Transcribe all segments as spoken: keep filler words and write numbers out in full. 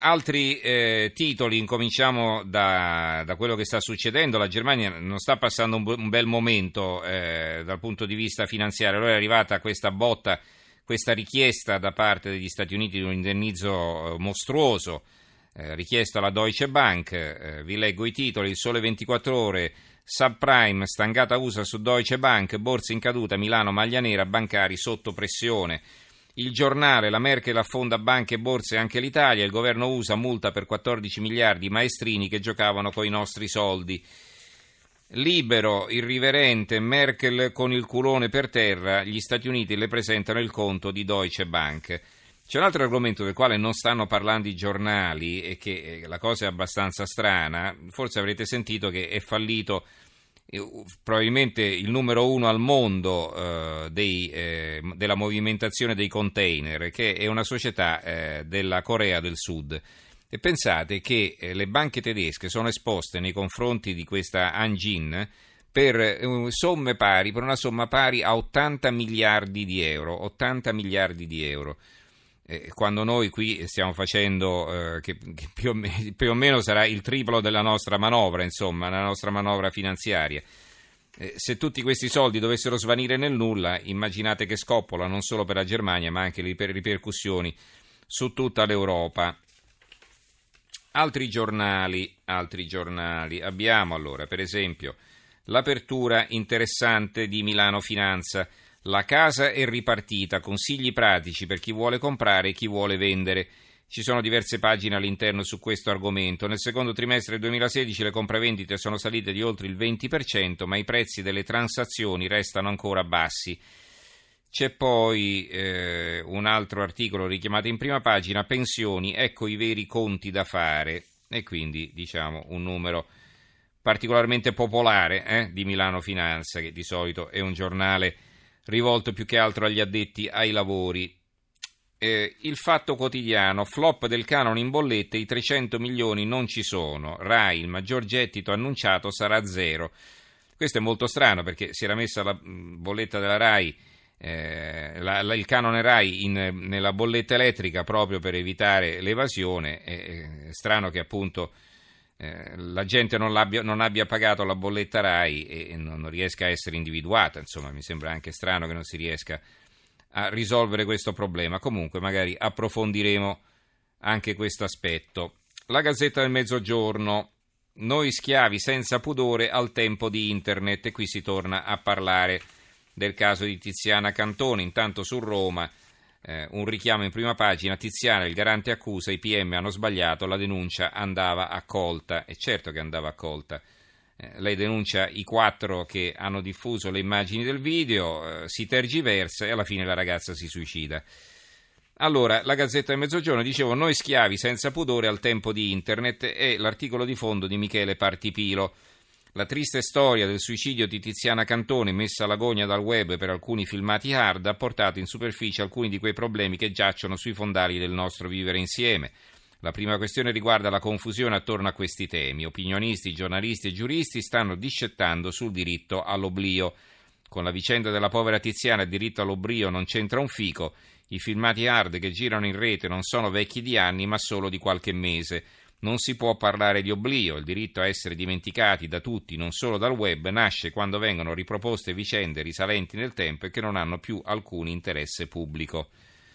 Altri eh, titoli, incominciamo da, da quello che sta succedendo. La Germania non sta passando un, un bel momento eh, dal punto di vista finanziario. Allora è arrivata questa botta, questa richiesta da parte degli Stati Uniti di un indennizzo mostruoso, eh, richiesto alla Deutsche Bank. Eh, vi leggo i titoli: Il Sole ventiquattro Ore, subprime, stangata U S A su Deutsche Bank, borse in caduta, Milano maglia nera, bancari sotto pressione. Il Giornale, la Merkel affonda banche e borse anche l'Italia, il governo U S A multa per quattordici miliardi maestrini che giocavano coi nostri soldi. Libero, irriverente, Merkel con il culone per terra, gli Stati Uniti le presentano il conto di Deutsche Bank. C'è un altro argomento del quale non stanno parlando i giornali e che la cosa è abbastanza strana. Forse avrete sentito che è fallito probabilmente il numero uno al mondo eh, dei, eh, della movimentazione dei container, che è una società eh, della Corea del Sud. E pensate che eh, le banche tedesche sono esposte nei confronti di questa Hanjin per eh, somme pari, per una somma pari a ottanta miliardi di euro, ottanta miliardi di euro. Quando noi qui stiamo facendo, eh, che, che più, o meno, più o meno sarà il triplo della nostra manovra, insomma, la nostra manovra finanziaria. Eh, se tutti questi soldi dovessero svanire nel nulla, immaginate che scoppola non solo per la Germania, ma anche le ripercussioni su tutta l'Europa. Altri giornali, altri giornali. Abbiamo allora, per esempio, l'apertura interessante di Milano Finanza. La casa è ripartita, consigli pratici per chi vuole comprare e chi vuole vendere. Ci sono diverse pagine all'interno su questo argomento. Nel secondo trimestre del duemilasedici le compravendite sono salite di oltre il venti per cento, ma i prezzi delle transazioni restano ancora bassi. C'è poi eh, un altro articolo richiamato in prima pagina, pensioni, ecco i veri conti da fare. E quindi, diciamo, un numero particolarmente popolare eh, di Milano Finanza, che di solito è un giornale rivolto più che altro agli addetti ai lavori. Eh, il Fatto Quotidiano, flop del canone in bollette, i trecento milioni non ci sono, Rai, il maggior gettito annunciato sarà zero. Questo è molto strano perché si era messa la bolletta della Rai, eh, la, la, il canone Rai in, nella bolletta elettrica proprio per evitare l'evasione. È, è strano che appunto Eh, la gente non, l'abbia, non abbia pagato la bolletta Rai e non, non riesca a essere individuata. Insomma, mi sembra anche strano che non si riesca a risolvere questo problema. Comunque magari approfondiremo anche questo aspetto. La Gazzetta del Mezzogiorno, noi schiavi senza pudore al tempo di internet, e qui si torna a parlare del caso di Tiziana Cantone. Intanto su Roma Eh, un richiamo in prima pagina, Tiziana, il garante accusa, i P M hanno sbagliato, la denuncia andava accolta. E certo che andava accolta. Eh, lei denuncia i quattro che hanno diffuso le immagini del video, eh, si tergiversa e alla fine la ragazza si suicida. Allora, la Gazzetta del Mezzogiorno, dicevo, noi schiavi senza pudore al tempo di internet, e l'articolo di fondo di Michele Partipilo. La triste storia del suicidio di Tiziana Cantone, messa alla gogna dal web per alcuni filmati hard, ha portato in superficie alcuni di quei problemi che giacciono sui fondali del nostro vivere insieme. La prima questione riguarda la confusione attorno a questi temi. Opinionisti, giornalisti e giuristi stanno discettando sul diritto all'oblio. Con la vicenda della povera Tiziana il diritto all'oblio non c'entra un fico. I filmati hard che girano in rete non sono vecchi di anni, ma solo di qualche mese. Non si può parlare di oblio, il diritto a essere dimenticati da tutti, non solo dal web, nasce quando vengono riproposte vicende risalenti nel tempo e che non hanno più alcun interesse pubblico.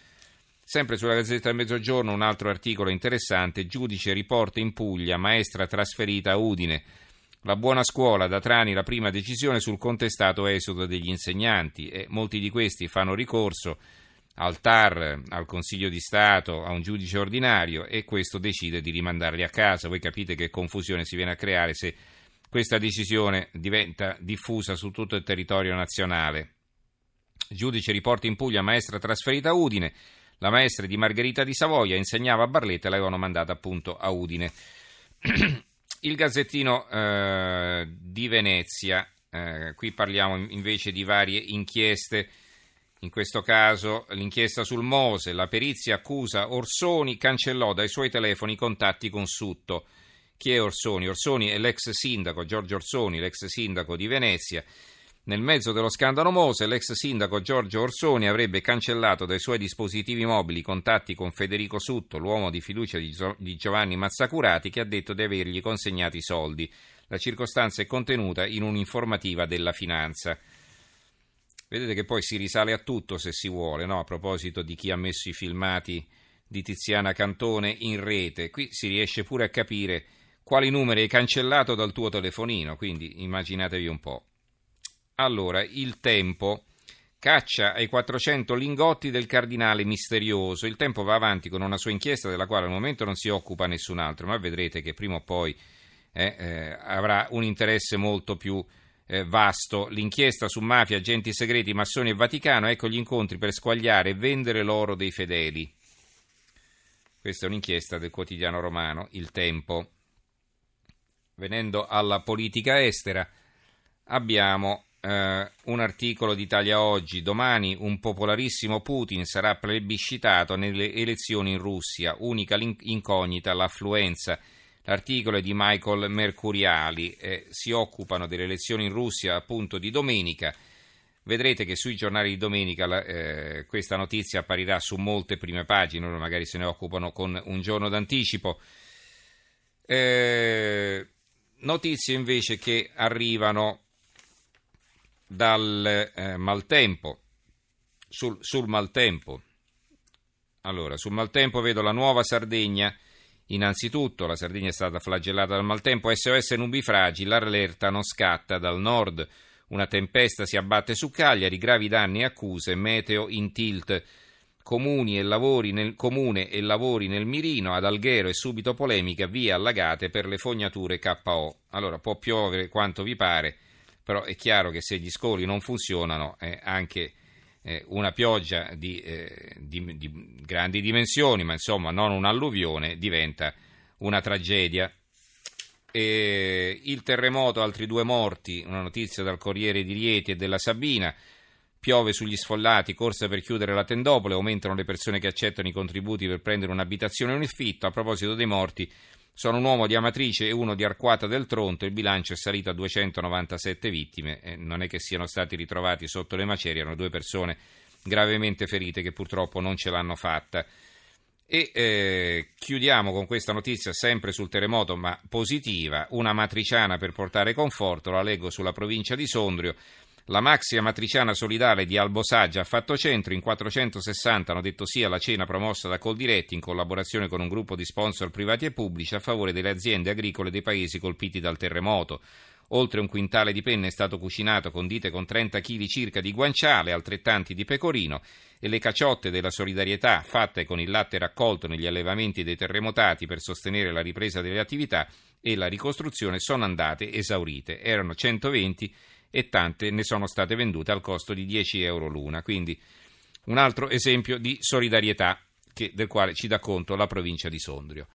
Sempre sulla Gazzetta del Mezzogiorno un altro articolo interessante, giudice riporta in Puglia, maestra trasferita a Udine. La buona scuola, da Trani la prima decisione sul contestato esodo degli insegnanti, e molti di questi fanno ricorso al T A R, al Consiglio di Stato, a un giudice ordinario, e questo decide di rimandarli a casa. Voi capite che confusione si viene a creare se questa decisione diventa diffusa su tutto il territorio nazionale. Giudice riporta in Puglia, maestra trasferita a Udine. La maestra di Margherita di Savoia insegnava a Barletta e l'avevano mandata appunto a Udine. Il Gazzettino eh, di Venezia, eh, qui parliamo invece di varie inchieste. In questo caso l'inchiesta sul Mose, la perizia accusa Orsoni, cancellò dai suoi telefoni i contatti con Sutto. Chi è Orsoni? Orsoni è l'ex sindaco, Giorgio Orsoni, l'ex sindaco di Venezia. Nel mezzo dello scandalo Mose, l'ex sindaco Giorgio Orsoni avrebbe cancellato dai suoi dispositivi mobili contatti con Federico Sutto, l'uomo di fiducia di Giovanni Mazzacurati, che ha detto di avergli consegnato i soldi. La circostanza è contenuta in un'informativa della Finanza. Vedete che poi si risale a tutto se si vuole, no? A proposito di chi ha messo i filmati di Tiziana Cantone in rete, qui si riesce pure a capire quali numeri hai cancellato dal tuo telefonino, quindi immaginatevi un po'. Allora, Il Tempo, caccia ai quattrocento lingotti del cardinale misterioso. Il Tempo va avanti con una sua inchiesta della quale al momento non si occupa nessun altro, ma vedrete che prima o poi eh, eh, avrà un interesse molto più eh, vasto. L'inchiesta su mafia, agenti segreti, massoni e Vaticano, ecco gli incontri per squagliare e vendere l'oro dei fedeli. Questa è un'inchiesta del quotidiano romano, Il Tempo. Venendo alla politica estera, abbiamo Uh, un articolo di Italia Oggi. Domani un popolarissimo Putin sarà plebiscitato nelle elezioni in Russia, unica incognita l'affluenza. L'articolo è di Michael Mercuriali, eh, si occupano delle elezioni in Russia appunto di domenica. Vedrete che sui giornali di domenica la, eh, questa notizia apparirà su molte prime pagine, loro magari se ne occupano con un giorno d'anticipo. Eh, notizie invece che arrivano dal eh, maltempo, sul, sul maltempo. Allora, sul maltempo vedo la Nuova Sardegna. Innanzitutto, la Sardegna è stata flagellata dal maltempo. S O S nubifragi, l'allerta non scatta dal nord. Una tempesta si abbatte su Cagliari, gravi danni e accuse, meteo in tilt. Comuni e lavori nel, comune e lavori nel mirino, ad Alghero e subito polemica, vie allagate per le fognature K O. Allora, può piovere quanto vi pare, però è chiaro che se gli scoli non funzionano, eh, anche eh, una pioggia di, eh, di, di grandi dimensioni, ma insomma non un'alluvione, diventa una tragedia. E il terremoto, altri due morti, una notizia dal Corriere di Rieti e della Sabina. Piove sugli sfollati, corsa per chiudere la tendopoli, aumentano le persone che accettano i contributi per prendere un'abitazione in affitto. A proposito dei morti, sono un uomo di Amatrice e uno di Arquata del Tronto, il bilancio è salito a duecentonovantasette vittime, e non è che siano stati ritrovati sotto le macerie, erano due persone gravemente ferite che purtroppo non ce l'hanno fatta. E eh, chiudiamo con questa notizia sempre sul terremoto, ma positiva, una matriciana per portare conforto, la leggo sulla provincia di Sondrio. La maxi amatriciana solidale di Albosaggia ha fatto centro, in quattrocentosessanta hanno detto sì alla cena promossa da Coldiretti in collaborazione con un gruppo di sponsor privati e pubblici a favore delle aziende agricole dei paesi colpiti dal terremoto. Oltre un quintale di penne è stato cucinato condite con trenta chili circa di guanciale, altrettanti di pecorino, e le caciotte della solidarietà fatte con il latte raccolto negli allevamenti dei terremotati per sostenere la ripresa delle attività e la ricostruzione sono andate esaurite. Erano centoventi e tante ne sono state vendute al costo di dieci euro l'una. Quindi un altro esempio di solidarietà che, del quale ci dà conto la provincia di Sondrio.